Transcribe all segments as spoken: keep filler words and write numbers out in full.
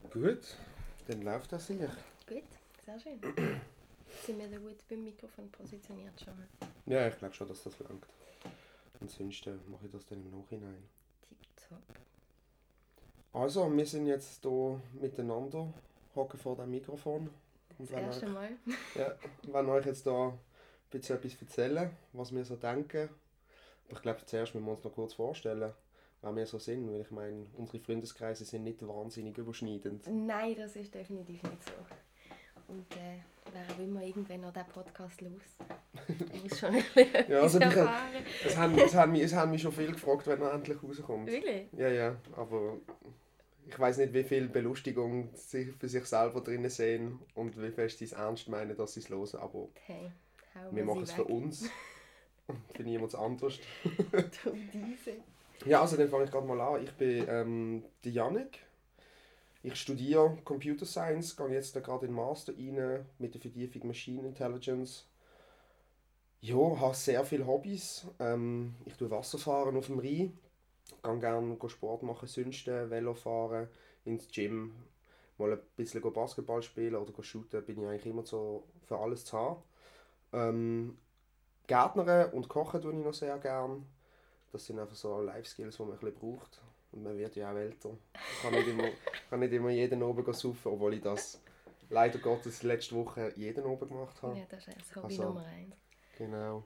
Gut, dann läuft das sicher. Gut, sehr schön. Sind wir da gut beim Mikrofon positioniert schon? Ja, ich glaube schon, dass das langt. Ansonsten mache ich das dann im Nachhinein. Tipptopp. Also, wir sind jetzt hier miteinander, hocken vor dem Mikrofon. Und Das erste euch, Mal. ja, wenn euch jetzt da ein bisschen etwas erzählen, was wir so denken. Aber ich glaube, zuerst müssen wir uns noch kurz vorstellen, wer wir so sind. Weil ich meine, unsere Freundeskreise sind nicht wahnsinnig überschneidend. Nein, das ist definitiv nicht so. Und äh, wer auch immer irgendwann noch diesen Podcast los, muss schon ein bisschen Ja, also mich, erfahren. es, haben, es, haben mich, es haben mich schon viel gefragt, wenn er endlich rauskommt. Wirklich? Ja, ja, aber ich weiß nicht, wie viel Belustigung sie für sich selber drinnen sehen und wie fest sie es ernst meinen, dass sie es hören. Aber Hey, hauen wir machen sie es weg. für uns und für niemand anders. Du diese. Ja, also dann fange ich gerade mal an. Ich bin ähm, die Jannik. Ich studiere Computer Science, gehe jetzt da gerade in den Master rein mit der Vertiefung Machine Intelligence. Ja, habe sehr viele Hobbys. Ähm, ich tue Wasserfahren auf dem Rhein. Gehe gerne Sport machen, sonst Velo fahren, ins Gym, mal ein bisschen Basketball spielen oder shooten, bin ich eigentlich immer so für alles zu haben. Ähm, Gärtnern und Kochen tue ich noch sehr gerne. Das sind einfach so Life-Skills, die man ein bisschen braucht. Und man wird ja auch älter. Ich kann nicht immer, kann nicht immer jeden Abend saufen, obwohl ich das leider Gottes letzte Woche jeden Abend gemacht habe. Ja, das ist das Hobby Also, Nummer eins. Genau.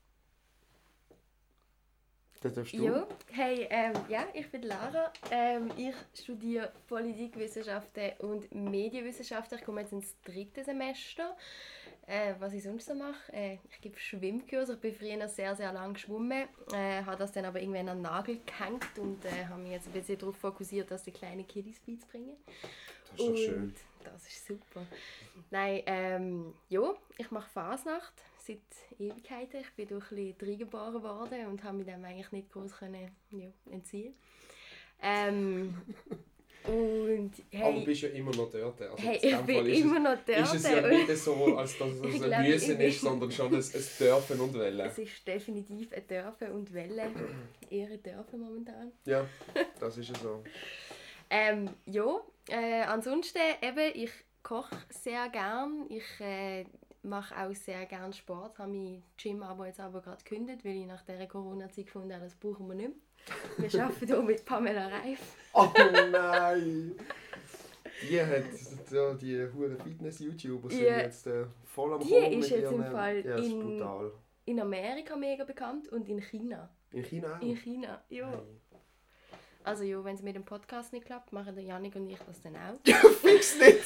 Das darfst du. Ja, hey, ähm, ja, ich bin Lara. Ähm, ich studiere Politikwissenschaften und Medienwissenschaften. Ich komme jetzt ins dritte Semester. Äh, was ich sonst so mache, äh, ich gebe Schwimmkurse. Ich bin früher sehr, sehr lange geschwommen, äh, habe das dann aber irgendwann an den Nagel gehängt und äh, habe mich jetzt ein bisschen darauf fokussiert, dass die kleinen Kiddies beizubringen. Das ist doch schön. Das ist super. Nein, ähm, ja, ich mache Fasnacht seit Ewigkeiten. Ich bin durch ein bisschen reingeboren worden und habe mich dem eigentlich nicht groß können, ja, entziehen. Ähm, und hey, Aber du bist ja immer noch dort. Also hey, in ich dem bin Fall ist immer es, noch dort. ist es ja nicht so, als dass es Ich ein glaube, Müssen ich ist, bin- sondern schon ein, ein Dürfen und Wollen. Es ist definitiv ein Dörfer und Welle. Eher ein Dörfer momentan. Ja, das ist ja so. Ähm, ja, äh, ansonsten eben, ich koche sehr gern. Ich äh, mache auch sehr gern Sport. Ich habe mein Gym-Abo jetzt aber gerade gekündigt, weil ich nach dieser Corona-Zeit gefunden habe, das brauchen wir nicht mehr. Wir arbeiten hier mit Pamela Reif. Oh nein! Die hat ja, die hure Fitness-YouTuber sind Ja. jetzt äh, voll am Die Kommen ist mit jetzt im ihren- Fall Ja, das ist in- brutal. In Amerika mega bekannt und in China. In China auch? In China, ja. Hey. Also ja, wenn es mit dem Podcast nicht klappt, machen der Jannik und ich das dann auch. Fix nicht!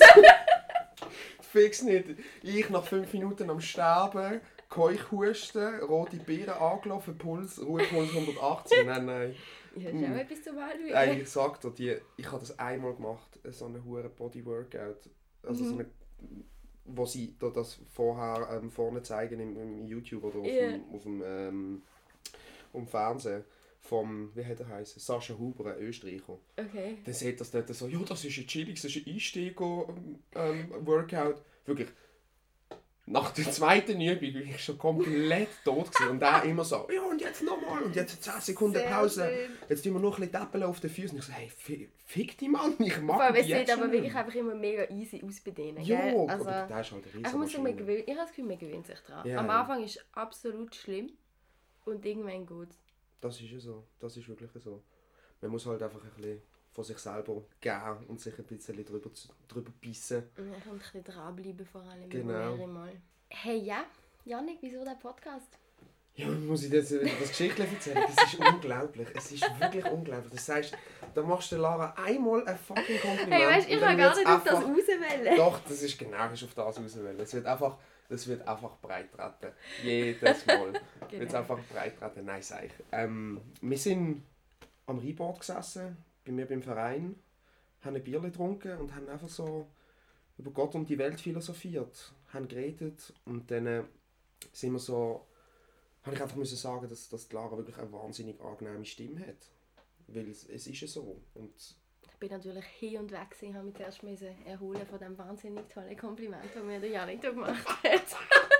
Fix nicht! Ich nach fünf Minuten am Sterben, Keuchhusten, rote Beeren angelaufen, Puls, Ruhepuls hundertachtzig. Nein, nein. Ich habe Mm. auch etwas zum Anhören. Ey, ich sag dir, die, ich habe das einmal gemacht, so eine hure Bodyworkout. Also Mhm. so eine, wo sie da das vorher ähm, vorne zeigen im, im YouTube oder auf Ja. dem, auf dem, ähm, auf dem Fernsehen. Vom, wie hat er heißen? Sascha Huber, ein Österreicher. Okay. Dann sieht das dort so, ja, das ist ein chilliges, das ist ein Einsteiger-Workout. Wirklich. Nach der zweiten Übung war ich schon komplett tot gewesen. Und er immer so, ja, und jetzt nochmal, und jetzt zehn Sekunden Sehr Pause. schön. Jetzt tun wir noch ein bisschen Täppeln auf den Füßen. Und ich so, hey, fi- fick dich, Mann, ich Vor mag allem, es die sieht jetzt aber schon wirklich nicht. einfach immer mega easy aus bei denen. Ja, gell? Also, aber der ist halt eine riesen ich, muss sagen, man Maschine. gewöhnt, ich habe das Gefühl, man gewöhnt sich daran. Ja, Am ja. Anfang ist es absolut schlimm und irgendwann gut. Das ist ja so, das ist wirklich so. Man muss halt einfach ein bisschen von sich selber gehen und sich ein bisschen drüber, drüber bissen. Und dann kommt ein bisschen dranbleiben, vor allem Genau. mehrere Mal. Hey, ja, Jannik, wieso der Podcast? Ja, muss ich das, das Geschichte erzählen? Das ist unglaublich. Es ist wirklich unglaublich. Das heißt, da machst du Lara einmal ein fucking Kompliment. Hey, weißt du, ich und dann kann gar wird's nicht auf das einfach- rauswählen. Doch, das ist genau, ist auf das auswählen. Es wird einfach, es wird einfach breit treten. Jedes Mal wird es einfach breit treten. Nein, sag ich. Ähm, wir sind am Rheinbad gesessen, bei mir beim Verein, haben ein Bier getrunken und haben einfach so über Gott und die Welt philosophiert, haben geredet und dann äh, sind wir so, habe ich einfach müssen sagen, dass, dass die Lara wirklich eine wahnsinnig angenehme Stimme hat. Weil es, es ist ja so. Und Ich bin natürlich hin und weg gewesen, habe mich zuerst müssen erholen von dem wahnsinnig tollen Kompliment, das mir der Jannik da gemacht hat.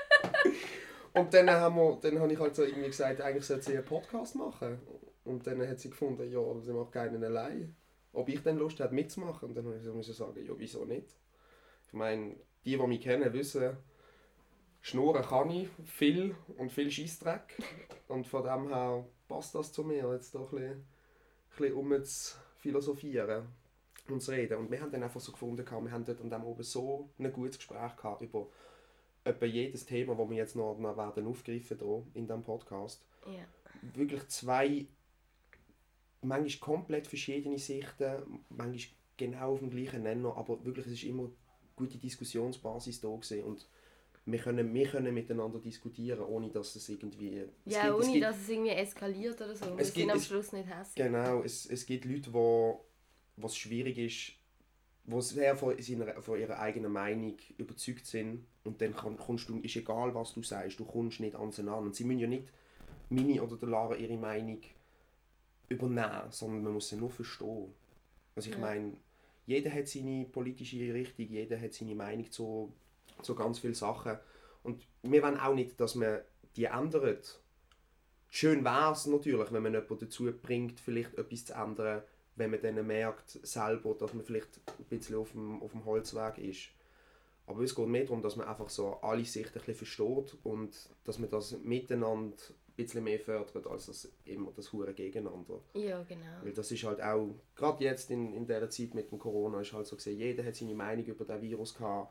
Und dann, haben wir, dann habe ich halt so irgendwie gesagt, eigentlich sollte sie einen Podcast machen. Und dann hat sie gefunden, ja, aber sie macht keinen allein. ob ich dann Lust hätte mitzumachen. Und dann musste ich so sagen, ja, wieso nicht? Ich meine, die, die mich kennen, wissen, schnurren kann ich viel und viel Scheissdreck. Und von dem her passt das zu mir, jetzt doch ein bisschen, ein bisschen um zu philosophieren und zu reden. Und wir haben dann einfach so gefunden, wir haben dort an dem oben so ein gutes Gespräch gehabt über etwa jedes Thema, das wir jetzt noch, noch werden aufgreifen hier in diesem Podcast. Ja. Wirklich zwei, manchmal komplett verschiedene Sichten, manchmal genau auf dem gleichen Nenner, aber wirklich, es war immer eine gute Diskussionsbasis da gewesen. Und wir können, wir können miteinander diskutieren, ohne dass es irgendwie... Es ja, gibt, ohne es gibt, dass es irgendwie eskaliert oder so. Wir es sind gibt, am es, Schluss nicht hässlich. Genau, es, es gibt Leute, wo was schwierig ist, die sehr von, seiner, von ihrer eigenen Meinung überzeugt sind und dann kann, kommst du, ist egal was du sagst, du kommst nicht an sie an. Und sie müssen ja nicht meine oder der Lara ihre Meinung übernehmen, sondern man muss sie nur verstehen. Also ich ja. meine, jeder hat seine politische Richtung, jeder hat seine Meinung zu, zu ganz vielen Sachen. Und wir wollen auch nicht, dass man die ändert. Schön wäre es natürlich, wenn man jemanden dazu bringt, vielleicht etwas zu ändern, wenn man dann merkt selber, dass man vielleicht ein bisschen auf dem, auf dem Holzweg ist. Aber es geht mehr darum, dass man einfach so alle Sichten ein bisschen versteht und dass man das miteinander ein bisschen mehr fördert, als das immer das hure Gegeneinander. Ja, genau. Weil das ist halt auch, gerade jetzt in, in dieser Zeit mit dem Corona, ist halt so gesehen, jeder hat seine Meinung über den Virus gehabt.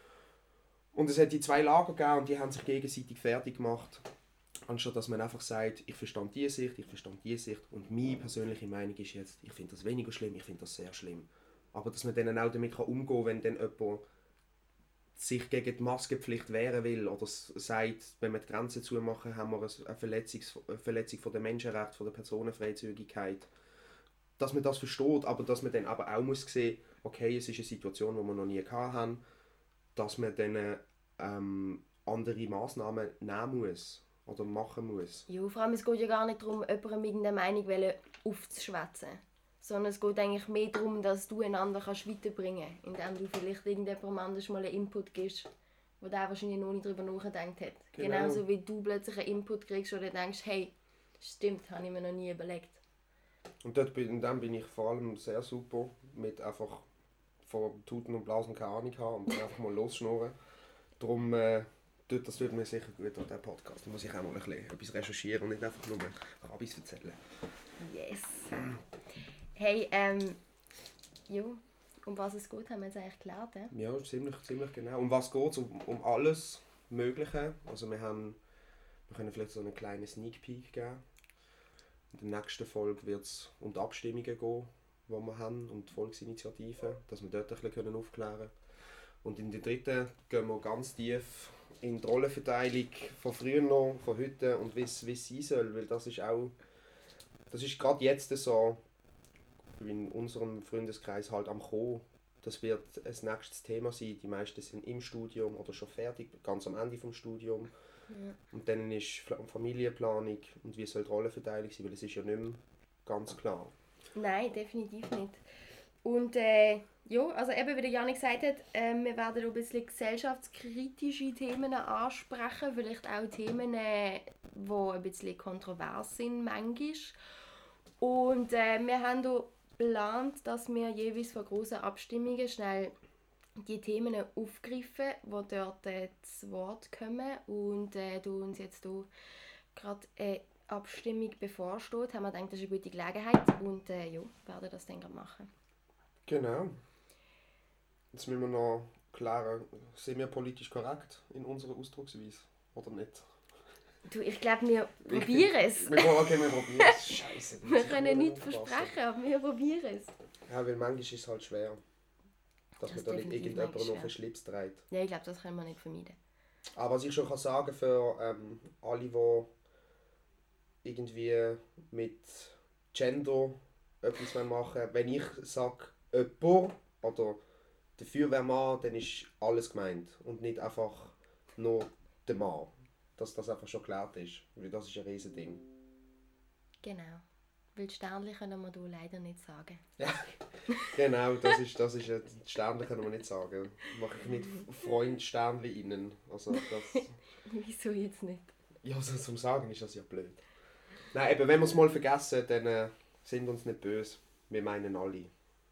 Und es hat die zwei Lager gegeben und die haben sich gegenseitig fertig gemacht. Anstatt dass man einfach sagt, ich verstand diese Sicht, ich verstand diese Sicht und meine persönliche Meinung ist jetzt, ich finde das weniger schlimm, ich finde das sehr schlimm. Aber dass man dann auch damit umgehen kann, wenn dann jemand sich gegen die Maskenpflicht wehren will oder sagt, wenn wir die Grenzen zumachen, haben wir eine Verletzung, eine Verletzung von der Menschenrechte, von der Personenfreizügigkeit. Dass man das versteht, aber dass man dann aber auch muss sehen, okay, es ist eine Situation, die wir noch nie hatten, dass man dann ähm, andere Massnahmen nehmen muss. Oder machen muss. Ja, vor allem es geht ja gar nicht darum, jemandem irgendeine Meinung aufzuschwätzen. Sondern es geht eigentlich mehr darum, dass du einander kannst weiterbringen kannst, indem du vielleicht irgendjemandem anders mal einen Input gibst, wo der wahrscheinlich noch nicht darüber nachgedacht hat. Genau. Genauso wie du plötzlich einen Input kriegst, wo du denkst, hey, stimmt, habe ich mir noch nie überlegt. Und dort bin, in dem bin ich vor allem sehr super, mit einfach von Tuten und Blasen keine Ahnung haben und einfach mal losschnurren. Darum... Äh, Das tut mir sicher gut an diesem Podcast. Da muss ich auch mal ein bisschen etwas recherchieren und nicht einfach nur Rabis erzählen. Yes. Hey, ähm... Jo, um was es geht, haben wir jetzt eigentlich gelernt, eh? Ja, ziemlich, ziemlich genau. Um was geht es? Um, um alles Mögliche. Also wir haben... Wir können vielleicht so einen kleinen Sneak Peek geben. In der nächsten Folge wird es um die Abstimmungen gehen, die wir haben, um die Volksinitiativen, dass wir dort ein bisschen aufklären können. Und in der dritten gehen wir ganz tief in die Rollenverteilung von früher noch, von heute und wie es sein soll, weil das ist auch, das ist gerade jetzt so in unserem Freundeskreis halt am Kommen. Das wird ein nächstes Thema sein. Die meisten sind im Studium oder schon fertig, ganz am Ende vom Studium. Ja. Und dann ist Familienplanung und wie soll die Rollenverteilung sein, weil es ist ja nicht mehr ganz klar. Nein, definitiv nicht. Und äh, ja, also eben wie der Janik gesagt hat, äh, wir werden auch ein bisschen gesellschaftskritische Themen ansprechen, vielleicht auch Themen, äh, die ein bisschen kontrovers sind manchmal. Und äh, wir haben hier geplant, dass wir jeweils von grossen Abstimmungen schnell die Themen aufgreifen, die dort äh, zu Wort kommen. Und äh, da uns jetzt hier gerade eine Abstimmung bevorsteht, haben wir gedacht, das ist eine gute Gelegenheit und äh, ja, werden das dann gerade machen. Genau. Jetzt müssen wir noch klären, sind wir politisch korrekt in unserer Ausdrucksweise oder nicht? Du, ich glaube, wir probieren es. Wir, okay, wir probieren es. Scheiße. Wir können nichts versprechen, aber wir probieren es. Ja, weil manchmal ist es halt schwer, dass das man da nicht irgendjemand noch auf den Schlips trägt. Ja, ich glaube, das können wir nicht vermeiden. Aber was ich schon kann sagen für ähm, alle, die irgendwie mit Gender etwas machen wollen, wenn ich sage, jemand oder der Feuerwehrmann, dann ist alles gemeint und nicht einfach nur der Mann. Dass das einfach schon geklärt ist, weil das ist ein riesen Ding. Genau. Weil die Sternchen können wir hier leider nicht sagen. Ja, genau, das ist, das ist ein, die Sternchen können wir nicht sagen. Mache ich nicht Freund Sternchen innen. Also das... Wieso jetzt nicht? Ja, also zum Sagen ist das ja blöd. Nein, eben, wenn wir es mal vergessen, dann äh, sind uns nicht böse. Wir meinen alle.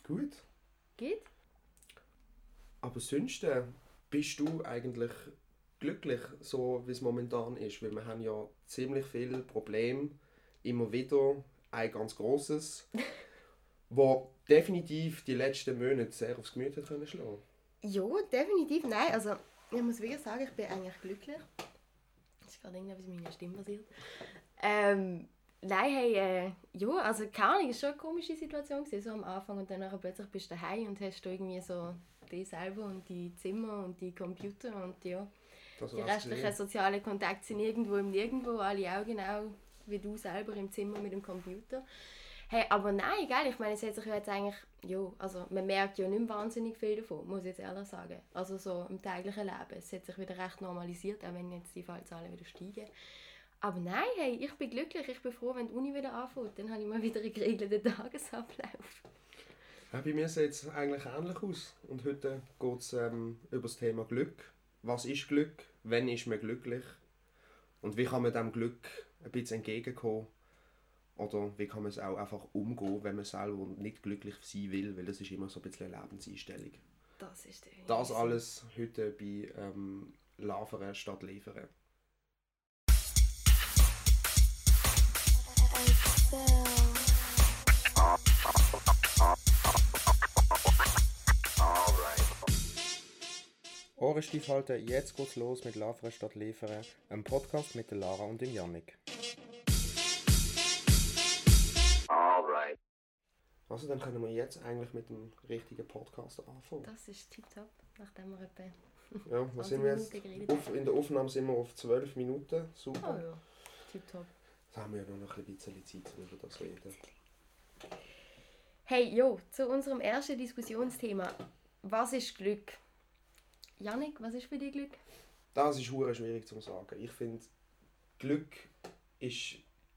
Gut. Geht? Aber sonst äh, bist du eigentlich glücklich, so wie es momentan ist? Weil wir haben ja ziemlich viele Probleme, immer wieder ein ganz grosses, wo definitiv die letzten Monate sehr aufs Gemüt hat können schlagen. Ja, definitiv. Nein, also ich muss wirklich sagen, ich bin eigentlich glücklich. Das ist gerade irgendetwas mit meiner Stimme passiert. Ähm, nein, hey, äh, ja, also keine Ahnung, es war schon eine komische Situation gewesen, so am Anfang und dann nachher plötzlich bist du daheim und hast du irgendwie so die selber und die Zimmer und die Computer und ja, Das die war's restlichen gesehen. sozialen Kontakte sind irgendwo im Nirgendwo, alle auch genau wie du selber im Zimmer mit dem Computer. Hey, aber nein, gell, ich meine, es hat sich ja jetzt eigentlich, ja, also man merkt ja nicht mehr wahnsinnig viel davon, muss ich jetzt ehrlich sagen. Also so im täglichen Leben, es hat sich wieder recht normalisiert, auch wenn jetzt die Fallzahlen wieder steigen. Aber nein, hey, ich bin glücklich, ich bin froh, wenn die Uni wieder anfängt, dann habe ich mal wieder einen geregelten Tagesablauf. Ja, bei mir sieht es eigentlich ähnlich aus. Und heute geht es ähm, über das Thema Glück. Was ist Glück? Wann ist man glücklich? Und wie kann man dem Glück ein bisschen entgegenkommen? Oder wie kann man es auch einfach umgehen, wenn man selber nicht glücklich sein will? Weil das ist immer so ein bisschen eine Lebenseinstellung. Das ist der Das alles heute bei ähm, Lavere statt Liefern. Ohrenstief halten, jetzt geht's los mit Lavere statt Liefern, einem Podcast mit der Lara und dem Jannik. Alright. Also dann können wir jetzt eigentlich mit dem richtigen Podcast anfangen. Das ist tipptopp, nachdem wir etwa Ja, da sind wir jetzt auf, in der Aufnahme sind wir auf zwölf Minuten, super. Oh ja, tipptopp. Jetzt haben wir ja noch ein bisschen Zeit, um über das zu reden. Hey, jo, zu unserem ersten Diskussionsthema. Was ist Glück? Jannik, was ist für dich Glück? Das ist hure schwierig zu sagen. Ich finde, Glück ist...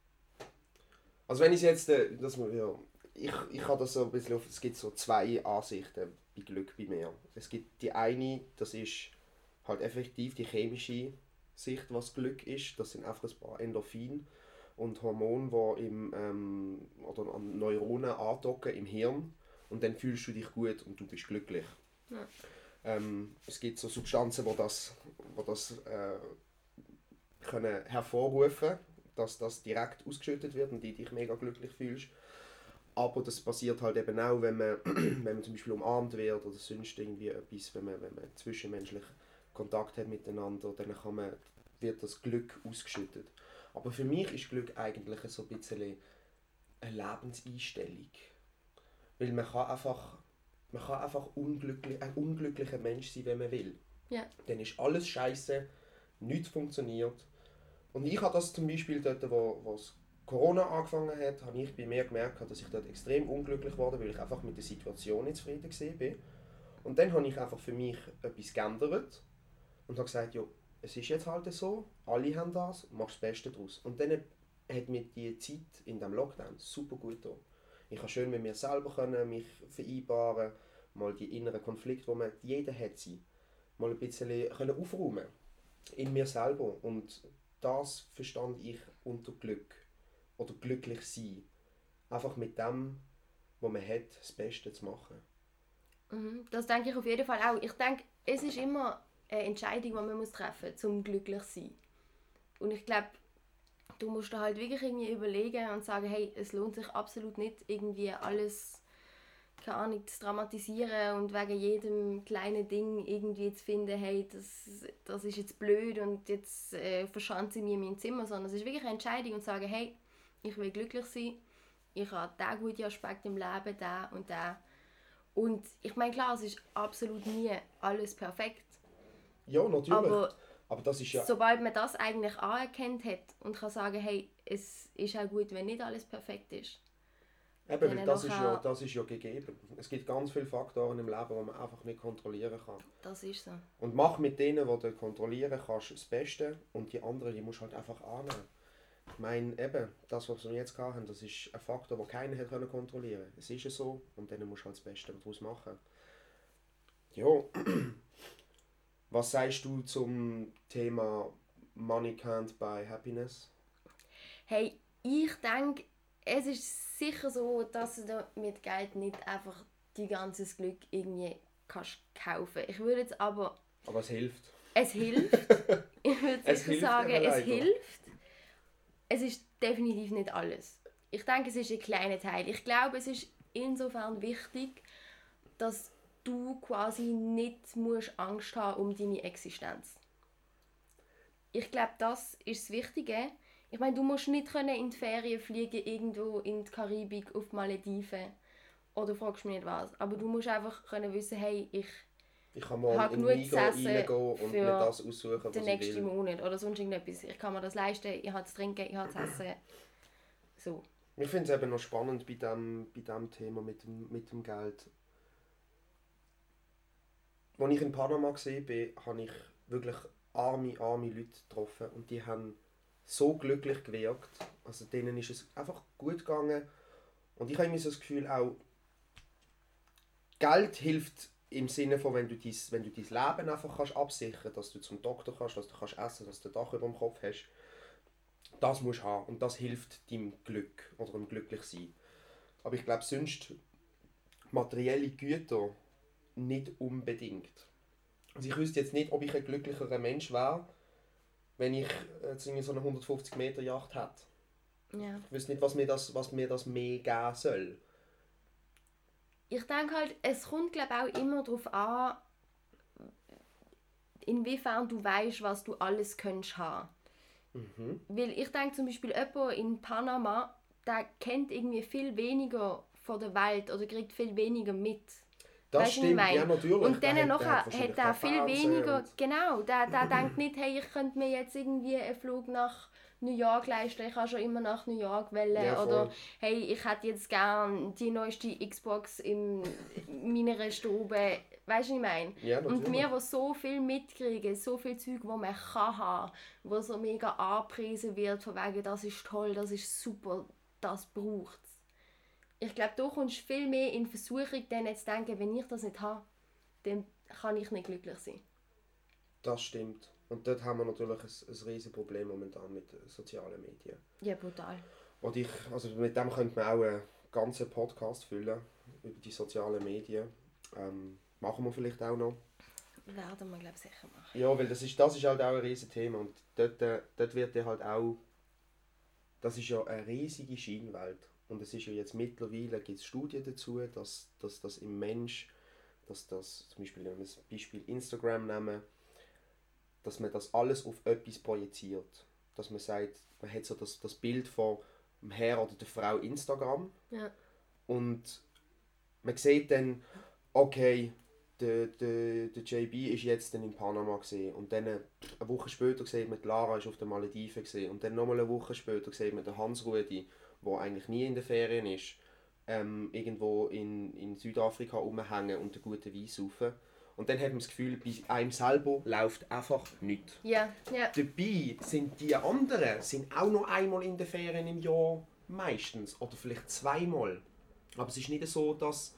Also wenn ich jetzt... Äh, dass man, ja, ich, ich habe das so ein bisschen auf... Es gibt so zwei Ansichten bei Glück bei mir. Es gibt die eine, das ist halt effektiv die chemische Sicht, was Glück ist. Das sind einfach ein paar Endorphine und Hormone, die im, ähm, oder an Neuronen andocken im Hirn. Und dann fühlst du dich gut und du bist glücklich. Ja. Ähm, es gibt so Substanzen, die das, die das äh, können hervorrufen, dass das direkt ausgeschüttet wird und die dich mega glücklich fühlst. Aber das passiert halt eben auch, wenn man, wenn man zum Beispiel umarmt wird oder sonst irgendwie etwas, wenn man, wenn man zwischenmenschlich Kontakt hat miteinander, dann kann man, wird das Glück ausgeschüttet. Aber für mich ist Glück eigentlich so ein bisschen eine Lebenseinstellung. Weil man kann einfach... Man kann einfach unglücklich, ein unglücklicher Mensch sein, wenn man will. Ja. Dann ist alles scheiße, nichts funktioniert. Und ich habe das zum Beispiel dort, wo, wo Corona angefangen hat, habe ich bei mir gemerkt, dass ich dort extrem unglücklich wurde, weil ich einfach mit der Situation nicht zufrieden war. Und dann habe ich einfach für mich etwas geändert und habe gesagt, ja, es ist jetzt halt so, alle haben das, mach das Beste daraus. Und dann hat mir die Zeit in diesem Lockdown super gut getan. Ich konnte schön mit mir selber können, mich vereinbaren, mal die inneren Konflikte, die man jeder hat, sein, mal ein bisschen können aufräumen in mir selber. Und das verstand ich unter Glück oder glücklich sein. Einfach mit dem, was man hat, das Beste zu machen. Mhm, das denke ich auf jeden Fall auch. Ich denke, es ist immer eine Entscheidung, die man muss treffen muss, um glücklich zu sein. Und ich glaube, du musst dir halt wirklich irgendwie überlegen und sagen, hey, es lohnt sich absolut nicht, irgendwie alles, keine Ahnung, zu dramatisieren und wegen jedem kleinen Ding irgendwie zu finden, hey, das, das ist jetzt blöd und jetzt äh, verschanze ich mich in meinem Zimmer, sondern es ist wirklich eine Entscheidung und sagen, hey, ich will glücklich sein, ich habe diesen guten Aspekt im Leben, den und den. Und ich meine, klar, es ist absolut nie alles perfekt. Ja, natürlich. Aber Aber das ist ja... sobald man das eigentlich anerkannt hat und kann sagen, hey, es ist auch gut, wenn nicht alles perfekt ist. Eben, weil das ist, ja, das ist ja gegeben. Es gibt ganz viele Faktoren im Leben, die man einfach nicht kontrollieren kann. Das ist so. Und mach mit denen, die du kontrollieren kannst, das Beste und die anderen, die musst du halt einfach annehmen. Ich meine, eben, das, was wir jetzt hatten, das ist ein Faktor, den keiner hat kontrollieren konnte. Es ist ja so und dann musst du halt das Beste daraus machen. Ja, was sagst du zum Thema Money can't buy happiness? Hey, ich denke, es ist sicher so, dass du mit Geld nicht einfach dein ganzes Glück irgendwie kannst kaufen. Ich würde jetzt aber... Aber es hilft. Es hilft. Ich würde Es sicher hilft sagen, eben es leider. hilft. Es ist definitiv nicht alles. Ich denke, es ist ein kleiner Teil. Ich glaube, es ist insofern wichtig, dass du quasi nicht musst Angst haben um deine Existenz. Ich glaube, das ist das Wichtige. Ich meine, du musst nicht können in die Ferien fliegen, irgendwo in die Karibik, auf die Malediven. Oder fragst mich nicht was. Aber du musst einfach können wissen, hey, ich Ich kann mal habe in genug Migo zu essen reingehen und mir für das aussuchen, was den ich nächsten will. Monat oder sonst irgendetwas. Ich kann mir das leisten, ich habe zu trinken, ich habe zu essen. So. Ich finde es eben noch spannend bei diesem bei dem Thema mit dem, mit dem Geld. Als ich in Panama war, habe ich wirklich arme, arme Leute getroffen und die haben so glücklich gewirkt. Also denen ist es einfach gut gegangen. Und ich habe immer so das Gefühl, auch Geld hilft im Sinne von, wenn du dein, wenn du dein Leben einfach kannst absichern, dass du zum Doktor kannst, dass du kannst essen, dass du ein Dach über dem Kopf hast. Das musst du haben und das hilft deinem Glück oder dem Glücklichsein. Aber ich glaube, sonst materielle Güter nicht unbedingt. Also ich wüsste jetzt nicht, ob ich ein glücklicherer Mensch wäre, wenn ich jetzt irgendwie so eine hundertfünfzig Meter Yacht hätte. Ja. Ich wüsste nicht, was mir das, was mir das mehr geben soll. Ich denke halt, es kommt glaube auch immer darauf an, inwiefern du weißt, was du alles könntest haben. Mhm. Weil ich denke zum Beispiel, jemand in Panama, der kennt irgendwie viel weniger von der Welt oder kriegt viel weniger mit. Das Weißt du, was ich stimmt, meine? ja natürlich. Und Der dann hat- der nachher hat wahrscheinlich hat er viel keine Pause weniger, und- genau, der, der denkt nicht, hey, ich könnte mir jetzt irgendwie einen Flug nach New York leisten, ich habe schon immer nach New York wollen, Ja, voll. oder hey, ich hätte jetzt gern die neueste Xbox in meiner Stube, weißt du, was ich meine? Ja, Und natürlich. wir, die so viel mitkriegen, so viel Zeug, das man kann haben, wo so mega angepriesen wird, von wegen, das ist toll, das ist super, das braucht es. Ich glaube, du kommst viel mehr in Versuchung, dann zu denken, wenn ich das nicht habe, dann kann ich nicht glücklich sein. Das stimmt. Und dort haben wir natürlich ein, ein riesiges Problem momentan mit den sozialen Medien. Ja, brutal. Und ich, also mit dem könnte man auch einen ganzen Podcast füllen, über die sozialen Medien. Ähm, machen wir vielleicht auch noch. Werden wir, glaube ich, sicher machen. Ja, weil das ist, das ist halt auch ein riesiges Thema. Und dort, äh, dort wird ja halt auch... Das ist ja eine riesige Scheinwelt. Und es ist ja jetzt mittlerweile, gibt es Studien dazu, dass, dass das im Mensch, dass das, zum Beispiel, wenn wir das Beispiel Instagram nehmen, dass man das alles auf etwas projiziert. Dass man sagt, man hat so das, das Bild von dem Herr oder der Frau Instagram. Ja. Und man sieht dann, okay, der, der, der J B ist jetzt dann in Panama gesehen und dann eine Woche später sieht man, die Lara ist auf den Malediven gesehen und dann nochmal eine Woche später sieht man den Hans Rudi, der eigentlich nie in den Ferien ist, ähm, irgendwo in, in Südafrika rumhängen und einen guten Wein saufen. Und dann hat man das Gefühl, bei einem selber läuft einfach nichts. Ja, ja. Dabei sind die anderen sind auch noch einmal in den Ferien im Jahr meistens oder vielleicht zweimal. Aber es ist nicht so, dass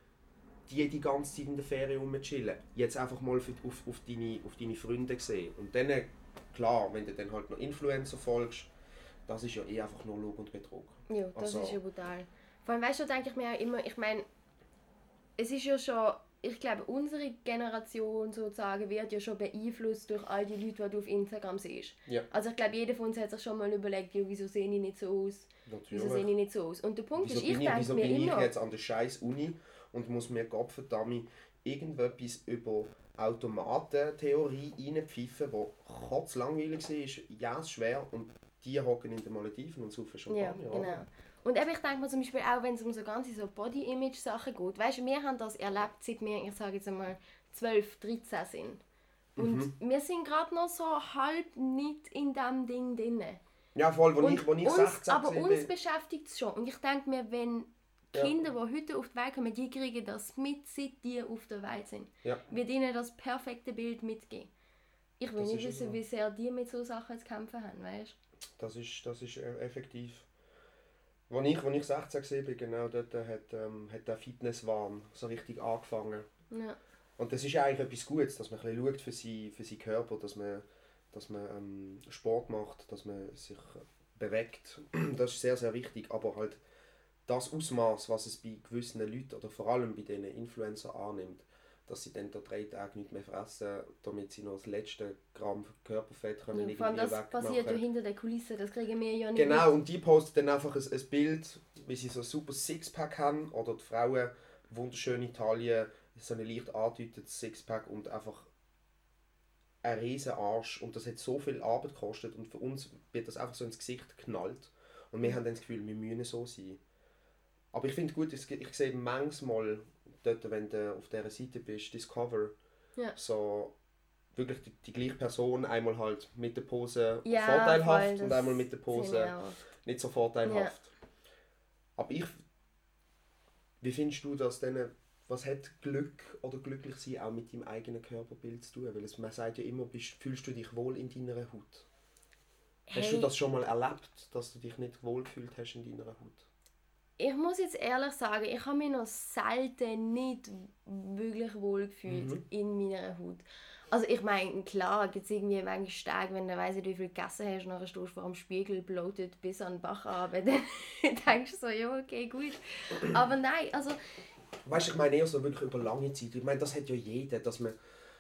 die die ganze Zeit in der Ferien rumchillen. Jetzt einfach mal für, auf, auf, deine, auf deine Freunde sehen. Und dann, klar, wenn du dann halt noch Influencer folgst, das ist ja eh einfach nur Lug und Betrug. Ja, das Also- ist ja brutal. Vor allem, weißt du, denke ich mir auch immer, ich meine, es ist ja schon, ich glaube, unsere Generation sozusagen wird ja schon beeinflusst durch all die Leute, die du auf Instagram siehst. Ja. Also ich glaube, jeder von uns hat sich schon mal überlegt, ja, wieso sehe ich nicht so aus? Wieso sehe Natürlich. ich nicht so aus? Und der Punkt Wieso ist, ich bin, ich, denke wieso mir bin ich immer, jetzt an der scheiß Uni und muss mir Gottverdammt irgendetwas über Automatentheorie reinpfeifen, die kotzlangweilig war, ja, schwer und die hocken in den Malediven und saufen Champagner. ja, oder? genau. Und eben, ich denke mir zum Beispiel auch, wenn es um so ganze so Body-Image-Sachen geht, weißt du, wir haben das erlebt, seit wir, ich sage jetzt einmal, zwölf, dreizehn sind. Und Mhm. wir sind gerade noch so halb nicht in diesem Ding drin. Ja, voll, wo Und ich, wo ich uns, sechzehn aber war, uns beschäftigt es schon. Und ich denke mir, wenn Ja. Kinder, die heute auf die Welt kommen, die kriegen das mit, seit die auf der Welt sind, Ja. wird ihnen das perfekte Bild mitgeben. Ich will Das nicht ist wissen, so. wie sehr die mit so Sachen zu kämpfen haben, weißt Das ist, das ist äh, effektiv. Als ich, als ich sechzehn war, genau dort hat, ähm, hat der Fitnesswahn so richtig angefangen. du? Ja. Und das ist ja eigentlich etwas Gutes, dass man ein bisschen schaut für, sie, für seinen Körper, dass man, dass man ähm, Sport macht, dass man sich bewegt. Das ist sehr, sehr wichtig. Aber halt das Ausmaß, was es bei gewissen Leuten oder vor allem bei diesen Influencern annimmt, dass sie dann da drei Tage nicht mehr fressen, damit sie noch das letzte Gramm Körperfett können Ja, vor allem irgendwie das wegmachen. passiert ja hinter der Kulisse, das kriegen wir ja nicht Genau, mit. und die posten dann einfach ein, ein Bild, wie sie so ein super Sixpack haben, oder die Frauen, wunderschön Italien, so ein leicht angedeutetes Sixpack und einfach ein riesen Arsch. Und das hat so viel Arbeit gekostet und für uns wird das einfach so ins Gesicht geknallt. Und wir haben dann das Gefühl, wir müssen so sein. Aber ich finde gut, ich sehe manchmal dort, wenn du auf dieser Seite bist, Discover, Ja. so wirklich die, die gleiche Person, einmal halt mit der Pose Ja, vorteilhaft voll, und einmal mit der Pose nicht so vorteilhaft. Ja. Aber ich, wie findest du das denn, was hat Glück oder glücklich sein auch mit deinem eigenen Körperbild zu tun? Weil es, man sagt ja immer, bist, fühlst du dich wohl in deiner Haut? Hey. Hast du das schon mal erlebt, dass du dich nicht wohlgefühlt hast in deiner Haut? Ich muss jetzt ehrlich sagen, ich habe mich noch selten nicht wirklich wohl gefühlt mhm. in meiner Haut. Also ich meine, klar, gibt es irgendwie manchmal Tage, wenn du weiss nicht, wie viel gegessen hast, und dann stehst du vor dem Spiegel, bloated bis an den Bach runter, dann denkst du so, ja, okay, gut. Aber nein, also... Weißt du, ich meine eher so wirklich über lange Zeit. Ich meine, das hat ja jeder, dass man...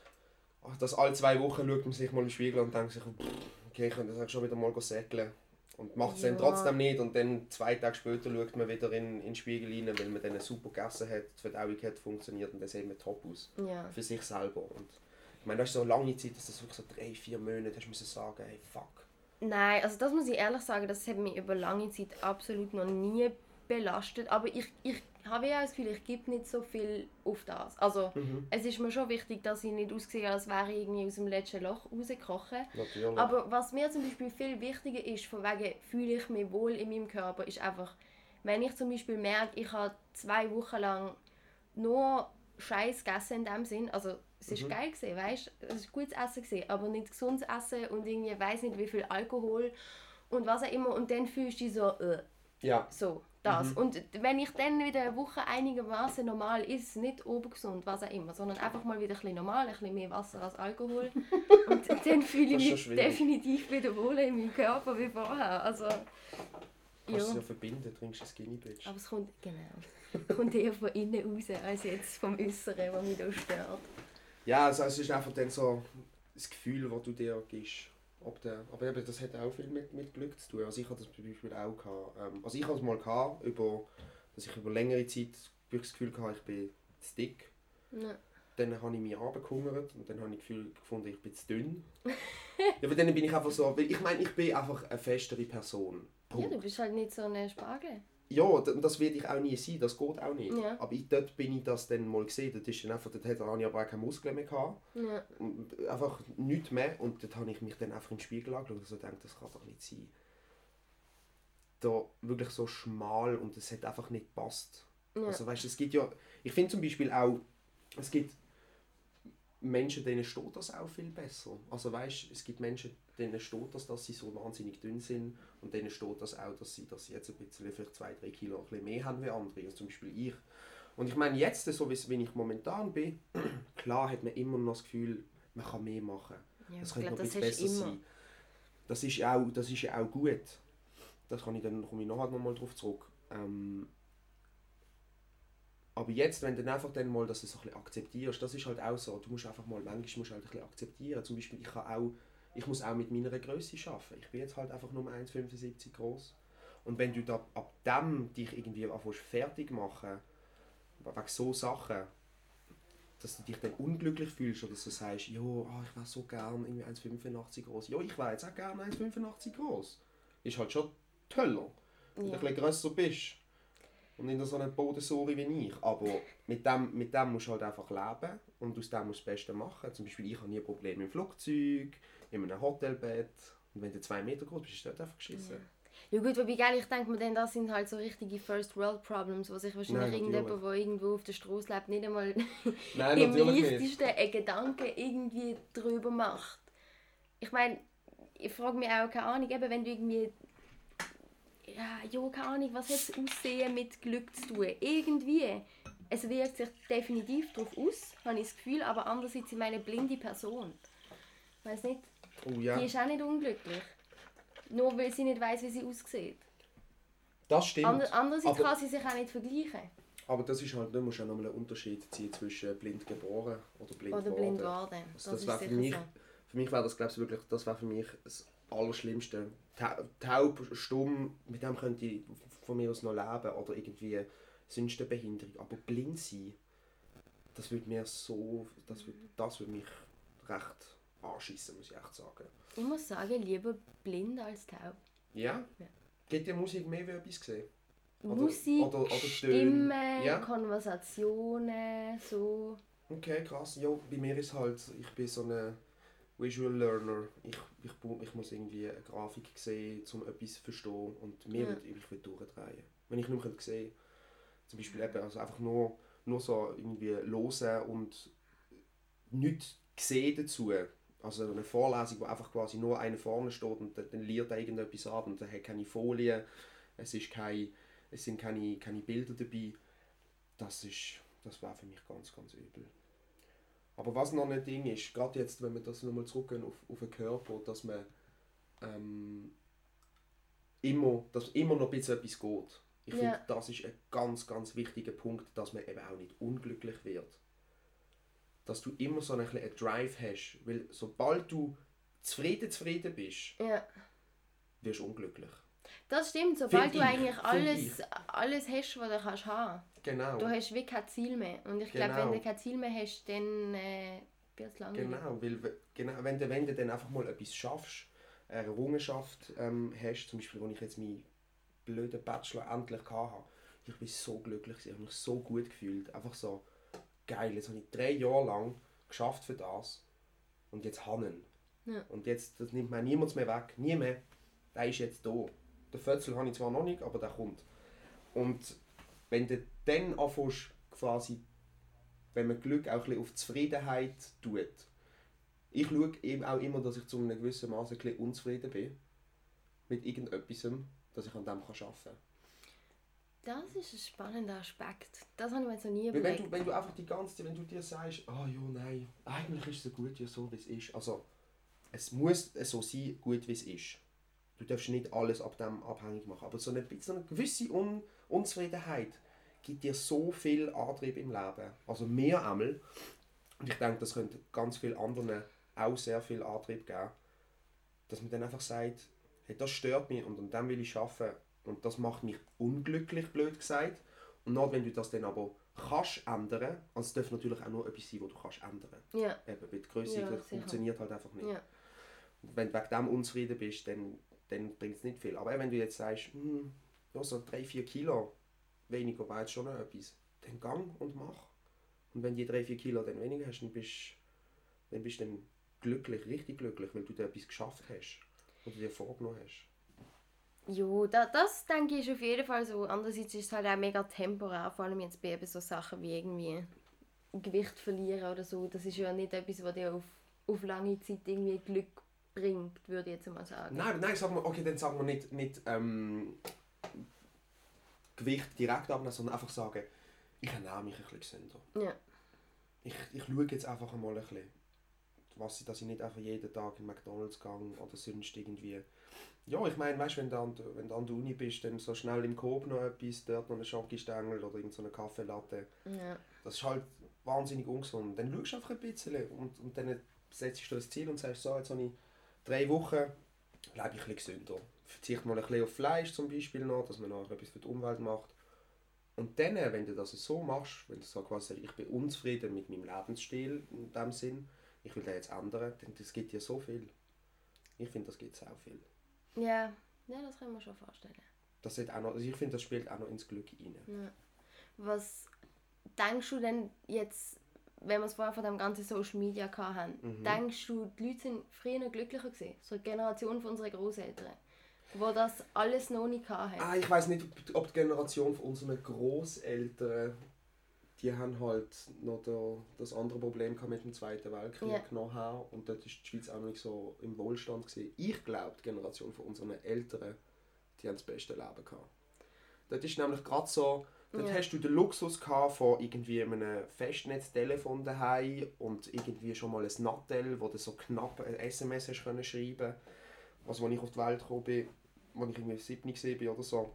Dass alle zwei Wochen schaut man sich mal im Spiegel und denkt sich, okay, ich könnte das schon wieder mal säckeln. Und macht es ja. dann trotzdem nicht und dann zwei Tage später schaut man wieder in, in den Spiegel rein, weil man dann super gegessen hat, die Verdauung hat funktioniert und dann sieht man top aus. Ja. Für sich selber. Und ich meine, das ist so eine lange Zeit, dass das wirklich so drei, vier Monate hast du sagen, hey, fuck. Nein, also das muss ich ehrlich sagen, das hat mich über lange Zeit absolut noch nie belastet. Aber ich, ich habe ja das Gefühl, ich gebe nicht so viel auf das. Also mhm. es ist mir schon wichtig, dass ich nicht aussehe, als wäre ich irgendwie aus dem letzten Loch rausgekrochen. Natürlich. Aber was mir zum Beispiel viel wichtiger ist, von wegen fühle ich mich wohl in meinem Körper, ist einfach, wenn ich zum Beispiel merke, ich habe zwei Wochen lang nur Scheiß gegessen in dem Sinn, also es war mhm. geil gewesen, weißt? Es war gutes Essen gewesen, aber nicht gesundes Essen und irgendwie weiss nicht wie viel Alkohol und was auch immer, und dann fühlst du dich so, äh, ja. so, das. Mhm. Und wenn ich dann wieder eine Woche einigermaßen normal ist, nicht obergesund, was auch immer, sondern einfach mal wieder ein bisschen normal, ein bisschen mehr Wasser als Alkohol und dann fühle ich mich definitiv wieder wohl in meinem Körper wie vorher, also... Kannst du es ja verbinden, trinkst du Skinny Bitch. Aber es kommt, genau, kommt eher von innen raus, als jetzt vom Äußeren, was mich da stört. Ja, also es ist einfach dann so das Gefühl, das du dir gibst. Ob der, aber eben, das hat auch viel mit, mit Glück zu tun. Also ich hatte das zum Beispiel auch gehabt. Ähm, also ich hatte es mal gehabt, über, dass ich über längere Zeit wirklich das Gefühl hatte, ich bin zu dick. Ja. Dann habe ich mich runtergehungert und dann habe ich das Gefühl gefunden, ich bin zu dünn. Ja, aber dann bin ich einfach so, ich meine, ich bin einfach eine festere Person. Punkt. Ja, du bist halt nicht so eine Spargel. Ja, das werde ich auch nie sein, das geht auch nicht. Ja. Aber ich, dort bin ich das dann mal gesehen, dort, ist dann einfach, dort hatte ich aber auch keine Muskeln mehr gehabt. Ja. Und einfach nichts mehr. Und dort habe ich mich dann einfach im Spiegel angeschaut und so gedacht, das kann doch nicht sein. Da wirklich so schmal und es hat einfach nicht gepasst. Ja. Also weißt, es gibt ja, ich finde zum Beispiel auch, es gibt Menschen, denen steht das auch viel besser. Also weißt, es gibt Menschen, denen steht das, dass sie so wahnsinnig dünn sind und denen steht das auch, dass sie, dass sie jetzt ein bisschen, vielleicht zwei, drei Kilo ein bisschen mehr haben wie andere, also zum Beispiel ich. Und ich meine jetzt, so wie ich momentan bin, klar hat man immer noch das Gefühl, man kann mehr machen. Ja, das könnte glaub, noch ein bisschen besser immer. sein. Das ist auch, das ist ja auch gut. Das kann ich dann, komme ich nachher noch mal drauf zurück. Ähm, Aber jetzt, wenn du dann einfach dann mal das so ein bisschen akzeptierst, das ist halt auch so, du musst einfach mal, manchmal musst du halt ein bisschen akzeptieren. Zum Beispiel, ich, kann auch, ich muss auch mit meiner Größe arbeiten. Ich bin jetzt halt einfach nur eins Komma fünfundsiebzig groß. Und wenn du da ab dem dich irgendwie anfängst fertig machen, wegen so Sachen, dass du dich dann unglücklich fühlst oder so sagst, ja, oh, ich wäre so gern irgendwie eins Komma fünfundachtzig groß. Ja, ich wäre jetzt auch gerne eins Komma fünfundachtzig groß. Ist halt schon toller, wenn ja. du ein bisschen grösser bist. Und nicht so eine Bodensore wie ich. Aber mit dem, mit dem musst du halt einfach leben und aus dem musst du das Beste machen. Zum Beispiel, ich habe nie Probleme im Flugzeug, in einem Hotelbett. Und wenn du zwei Meter groß bist, ist das einfach geschissen. Ja. Ja gut, wobei geil, ich denke mir dann, das sind halt so richtige First World Problems, wo sich wahrscheinlich irgendjemand, der irgendwo auf der Straße lebt, nicht einmal Nein, im leichtesten einen Gedanken irgendwie drüber macht. Ich meine, ich frage mich auch, keine Ahnung, eben, wenn du irgendwie ja, ja, keine Ahnung, was hat das Aussehen mit Glück zu tun? Irgendwie. Es wirkt sich definitiv darauf aus, habe ich das Gefühl, aber andererseits ist meine blinde Person. Ich weiss nicht, oh, ja. Die ist auch nicht unglücklich. Nur weil sie nicht weiss, wie sie aussieht. Das stimmt. Ander, andererseits aber, kann sie sich auch nicht vergleichen. aber das ist halt, da musst du ja nochmal einen Unterschied ziehen zwischen blind geboren oder blind Oder blind geworden. Also das das ist für mich, so. für mich wäre das, glaube ich, wirklich, das wäre für mich das Allerschlimmste. Ta- Taub, stumm, mit dem könnte ich von mir aus noch leben oder irgendwie sonst eine Behinderung. Aber blind sein, das würde mir so, das würde, das würde mich recht anschiessen, muss ich echt sagen. Ich muss sagen, lieber blind als taub. Ja? Ja. Geht dir Musik mehr wie etwas gesehen? Oder, Musik, oder, oder Stimmen, Töne. Ja? Konversationen, so. Okay, krass. Ja, bei mir ist halt, ich bin so ein Visual Learner. Ich, ich, bu- ich muss irgendwie eine Grafik sehen, um etwas zu verstehen. Und mir Ja. wird ich will durchdrehen. Wenn ich nur sehen könnte, zum Beispiel eben, also einfach nur, nur so irgendwie hören und nichts sehen dazu. Also eine Vorlesung, wo einfach quasi nur einer vorne steht und dann, dann liert er irgendetwas ab und er hat keine Folie, es, ist kein, es sind keine, keine Bilder dabei. Das ist, das wäre für mich ganz, ganz übel. Aber was noch ein Ding ist, gerade jetzt, wenn wir das nochmal zurückgehen auf, auf den Körper, dass man ähm, immer, dass immer noch ein bisschen etwas geht. Ich Ja. finde, das ist ein ganz, ganz wichtiger Punkt, dass man eben auch nicht unglücklich wird. Dass du immer so ein bisschen einen Drive hast, weil sobald du zufrieden, zufrieden bist, Ja. wirst du unglücklich. Das stimmt, sobald Find du ich, eigentlich find alles, alles hast, was du kannst haben. Genau. Du hast wirklich kein Ziel mehr. Und ich glaube, Genau. wenn du kein Ziel mehr hast, dann äh, wird es langweilig. Genau, weil we- genau, wenn, du, wenn du dann einfach mal etwas schaffst, eine Errungenschaft ähm, hast, zum Beispiel, als ich jetzt meinen blöden Bachelor endlich hatte, ich bin so glücklich, ich habe mich so gut gefühlt, einfach so geil, jetzt habe ich drei Jahre lang geschafft für das und jetzt habe ich ihn. Ja. Und jetzt, das nimmt mir niemand mehr weg, nie mehr, der ist jetzt da. Den Fötzel habe ich zwar noch nicht, aber der kommt. Und wenn du dann anfängst, quasi, wenn man Glück auch ein bisschen auf Zufriedenheit tut. Ich schaue eben auch immer, dass ich zu einem gewissen Maß ein bisschen unzufrieden bin mit irgendetwas, dass ich an dem arbeiten kann. Das ist ein spannender Aspekt. Das habe ich mir jetzt noch nie Weil wenn überlegt. du, wenn du einfach die ganze Zeit, wenn du dir sagst, ah ja, nein, eigentlich ist es gut, ja, so wie es ist. Also, es muss so sein, gut wie es ist. Du darfst nicht alles ab dem abhängig machen. Aber so eine, so eine gewisse Un Unzufriedenheit gibt dir so viel Antrieb im Leben. Also mehr einmal. Und ich denke, das könnte ganz vielen anderen auch sehr viel Antrieb geben. Dass man dann einfach sagt, hey, das stört mich und an dem will ich arbeiten. Und das macht mich unglücklich, blöd gesagt. Und dann, wenn du das dann aber kannst ändern, also es darf natürlich auch nur etwas sein, was du kannst ändern. Ja. Eben, weil die Größe Ja, sicher. funktioniert halt einfach nicht. Ja. Und wenn du wegen dem unzufrieden bist, dann, dann bringt es nicht viel. Aber wenn du jetzt sagst, hm, ja, so drei vier Kilo weniger war jetzt schon noch etwas, dann gang und mach. Und wenn du die drei vier Kilo dann weniger hast, dann bist, dann bist du dann glücklich, richtig glücklich, weil du dir etwas geschafft hast oder dir vorgenommen hast. Jo, da, das denke ich ist auf jeden Fall so. Andererseits ist es halt auch mega temporär, vor allem jetzt bei eben so Sachen wie irgendwie Gewicht verlieren oder so. Das ist ja nicht etwas, was dir auf, auf lange Zeit irgendwie Glück bringt, würde ich jetzt mal sagen. Nein, nein, sagen wir, okay, dann sagen wir nicht, nicht ähm, Gewicht direkt abnehmen, sondern einfach sagen, ich ernähre mich ein bisschen gesünder. Ja. Ich, ich schaue jetzt einfach mal ein bisschen, was, dass ich nicht einfach jeden Tag in McDonalds gehe oder sonst irgendwie. Ja, ich meine, weißt, wenn du an, wenn du an der Uni bist, dann so schnell im Coop noch etwas, dort noch einen Schokostängel oder irgendeine so Kaffeelatte. Ja. Das ist halt wahnsinnig ungesund. Dann schaust du einfach ein bisschen und, und dann setzt du das Ziel und sagst, so, jetzt habe ich drei Wochen, bleibe ich ein bisschen gesünder. Verzichte mal ein bisschen auf Fleisch zum Beispiel noch, dass man noch etwas für die Umwelt macht. Und dann, wenn du das so machst, wenn du so quasi sagst, ich bin unzufrieden mit meinem Lebensstil in dem Sinn, ich will den jetzt ändern, dann das gibt dir so viel. Ich finde, das gibt auch viel. Ja. Ja, das kann man schon vorstellen. Das hat auch noch, also ich finde, das spielt auch noch ins Glück rein. Ja. Was denkst du denn jetzt, wenn wir es vorher von dem ganzen Social Media hatten, Mhm. denkst du, die Leute sind früher glücklicher gewesen? So die Generation von unseren Großeltern, wo das alles noch nicht hatten. Ah, ich weiß nicht, ob, ob die Generation von unseren Großeltern, die haben halt noch der, das andere Problem gehabt mit dem Zweiten Weltkrieg Ja. nachher und dort ist die Schweiz auch noch nicht so im Wohlstand gewesen. Ich glaube, die Generation von unseren Eltern, die haben das beste Leben gehabt. Dort ist nämlich gerade so, dort Ja. hast du den Luxus gehabt von irgendwie einem Festnetztelefon daheim und irgendwie schon mal ein Nattel, wo du so knapp ein S M S hast können schreiben. Also als ich auf die Welt gekommen bin, als ich irgendwie siebzehn war oder so,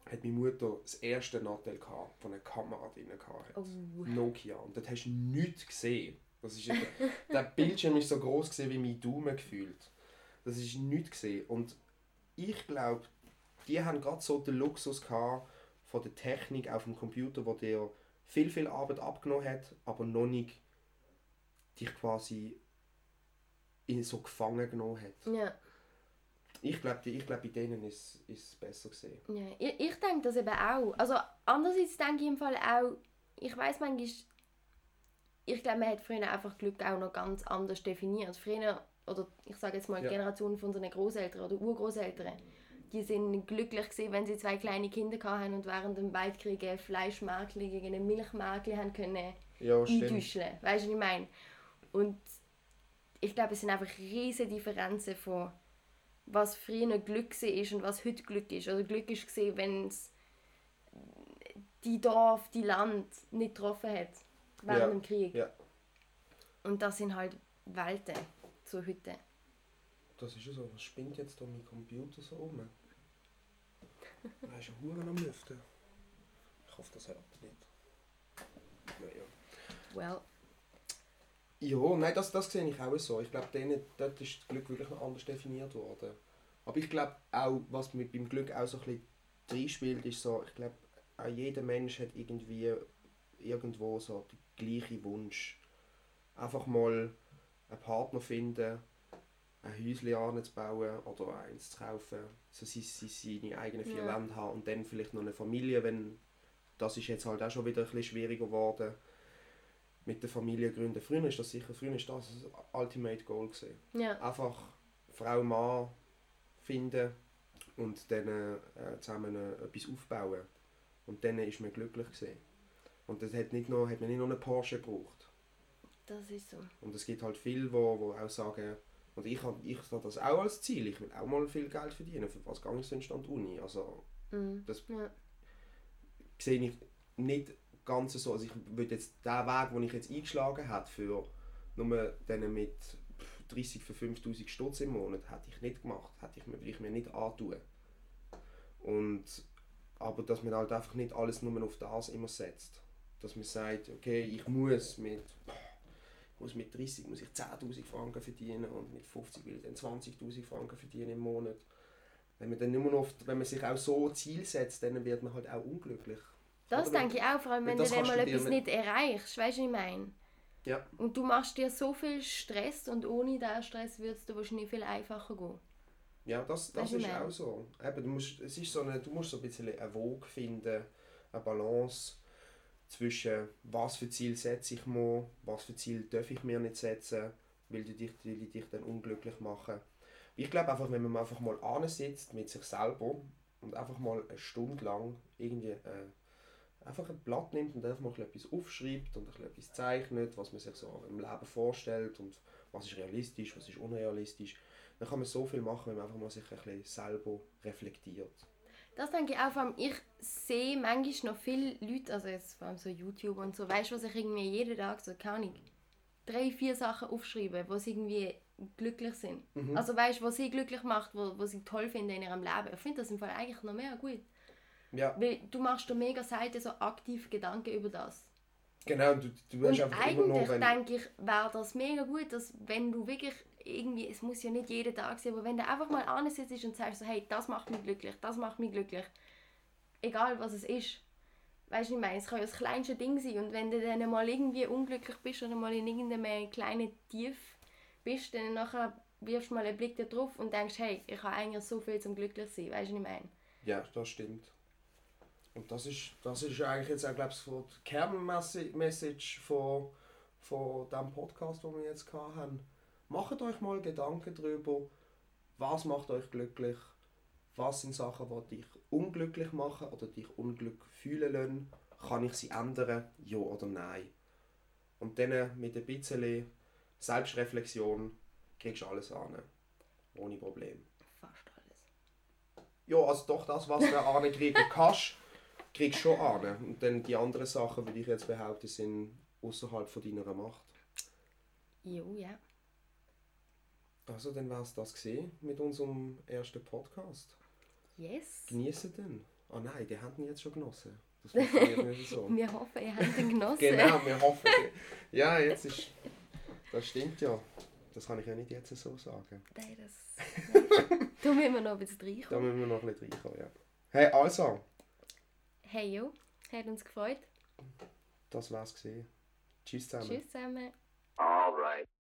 hat meine Mutter das erste Nattel gehabt, von einer Kamera drin hatte. Oh. Nokia. Und dort hast du nichts gesehen. Das ist, der Bildschirm war so gross gewesen, wie mein Daumen gefühlt. Das ist nichts gesehen. Und ich glaube, die haben gerade so den Luxus gehabt von der Technik auf dem Computer, wo dir viel, viel Arbeit abgenommen hat, aber noch nicht dich quasi in so gefangen genommen hat. Ja. Ich glaube, ich glaub, bei denen ist es besser gesehen. Ja, ich, ich denke das eben auch. Also andererseits denke ich im Fall auch, ich weiss manchmal, ich glaube, man hat früher einfach Glück auch noch ganz anders definiert. Früher, oder ich sage jetzt mal die ja. Generation von unseren Großeltern oder Urgroßeltern, die sind glücklich gewesen, wenn sie zwei kleine Kinder hatten und während dem Weltkrieg ein Fleischmärkli gegen ein Milchmärkli haben können ja, eintäuschen. Weißt du, was ich meine? Und ich glaube, es sind einfach riesige Differenzen von was früher Glück war und was heute Glück ist. Oder Glück war, wenn es die Dorf, die Land nicht getroffen hat während ja. dem Krieg. Ja. Und das sind halt Welten zu heute. Das ist ja so. Was spinnt jetzt da mein Computer so um? Er ist ja Huren am Lüften. Ich hoffe, das hört er nicht. Naja. Well. Ja, nein, das, das sehe ich auch so. Ich glaube, dort ist das Glück wirklich noch anders definiert worden. Aber ich glaube auch, was mit beim Glück auch so ein bisschen reinspielt, ist so, ich glaube, auch jeder Mensch hat irgendwie irgendwo so den gleichen Wunsch. Einfach mal einen Partner finden, ein Häuschen anzubauen oder eins zu kaufen, so sie, sie, seine eigenen vier ja. Wände haben und dann vielleicht noch eine Familie, wenn das ist jetzt halt auch schon wieder ein bisschen schwieriger geworden mit der Familie gründen. Früher ist das sicher, früher ist das das Ultimate Goal gewesen. Ja. Einfach Frau, Mann finden und dann äh, zusammen äh, etwas aufbauen. Und dann ist man glücklich gewesen. Und das hat, nicht noch, hat man nicht noch einen Porsche gebraucht. Das ist so. Und es gibt halt viele, die wo, wo auch sagen, und ich habe ich hab das auch als Ziel, ich will auch mal viel Geld verdienen, für was gehe ich sonst an die Uni. Also mm. das ja. sehe ich nicht ganz so. Also ich würde jetzt den Weg, den ich jetzt eingeschlagen habe, für nur dann mit dreißig für fünftausend Stutz im Monat, hätte ich nicht gemacht, hätte ich mir, würde ich mir nicht antun. Und, aber dass man halt einfach nicht alles nur auf das immer setzt. Dass man sagt, okay, ich muss mit, ich muss mit dreißig muss ich zehntausend Franken verdienen und mit fünfzig will ich dann zwanzigtausend Franken verdienen im Monat. Wenn man, dann nicht mehr oft, wenn man sich auch so Ziel setzt, dann wird man halt auch unglücklich. Das Oder denke ich auch, vor allem wenn du dann mal etwas nicht erreichst, weißt du, was ich meine? Ja. Und du machst dir so viel Stress und ohne diesen Stress würde es dir wahrscheinlich viel einfacher gehen. Ja, das, das ist auch so. Eben, du, musst, es ist so eine, du musst so ein bisschen eine Waage finden, eine Balance zwischen was für Ziel setze ich mir, was für Ziel darf ich mir nicht setzen, weil die dich, die, die dich dann unglücklich machen. Ich glaube einfach, wenn man einfach mal ansitzt mit sich selber und einfach mal eine Stunde lang irgendwie äh, einfach ein Blatt nimmt und einfach mal etwas aufschreibt und etwas zeichnet, was man sich so im Leben vorstellt und was ist realistisch, was ist unrealistisch, dann kann man so viel machen, wenn man einfach mal sich ein bisschen selber reflektiert. Das denke ich auch, vor allem ich sehe manchmal noch viele Leute, also jetzt vor allem so YouTube und so, weißt du, was ich irgendwie jeden Tag so, keine Ahnung, drei, vier Sachen aufschreibe, wo sie irgendwie glücklich sind. Mhm. Also weißt du, was sie glücklich macht, wo, wo sie toll finden in ihrem Leben. Ich finde das im Fall eigentlich noch mehr gut. Ja. Weil du machst dir mega Seite so aktiv Gedanken über das. Genau, du, du hast einfach immer noch... Und eigentlich denke ich, wäre das mega gut, dass wenn du wirklich irgendwie, es muss ja nicht jeden Tag sein, aber wenn du einfach mal ansitzt und sagst so, hey, das macht mich glücklich, das macht mich glücklich, egal was es ist. Weißt du, ich meine, es kann ja das kleinste Ding sein und wenn du dann mal irgendwie unglücklich bist oder mal in irgendeinem kleinen Tief bist, dann nachher wirfst du mal einen Blick da drauf und denkst, hey, ich habe eigentlich so viel zum glücklich sein, weißt du, was ich meine? Ja, das stimmt. Und das ist, das ist eigentlich jetzt auch, glaube ich, so die Kernmessage von, von diesem Podcast, den wir jetzt hatten. Macht euch mal Gedanken darüber, was macht euch glücklich, was sind Sachen, die dich unglücklich machen oder dich unglücklich fühlen lassen. Kann ich sie ändern, ja oder nein? Und dann mit ein bisschen Selbstreflexion kriegst du alles an. Ohne Problem. Fast alles. Ja, also doch das, was du ankriegen kannst, kriegst du schon an. Und dann die anderen Sachen, würde ich jetzt behaupten, sind außerhalb von deiner Macht. Jo, ja. Also, dann war es das gesehen mit unserem ersten Podcast. Yes. Genießen den. Oh nein, die haben ihn jetzt schon genossen. Das funktioniert nicht so. Wir hoffen, ihr habt ihn genossen. Genau, wir hoffen. Ja, jetzt ist... Das stimmt ja. Das kann ich ja nicht jetzt so sagen. Nein, das... Da müssen wir noch ein bisschen Da reinkommen. müssen wir noch ein bisschen reinkommen, ja. Hey, also, Hey jo, hat uns gefreut. das war's gesehen. Tschüss zusammen. Tschüss zusammen. All right.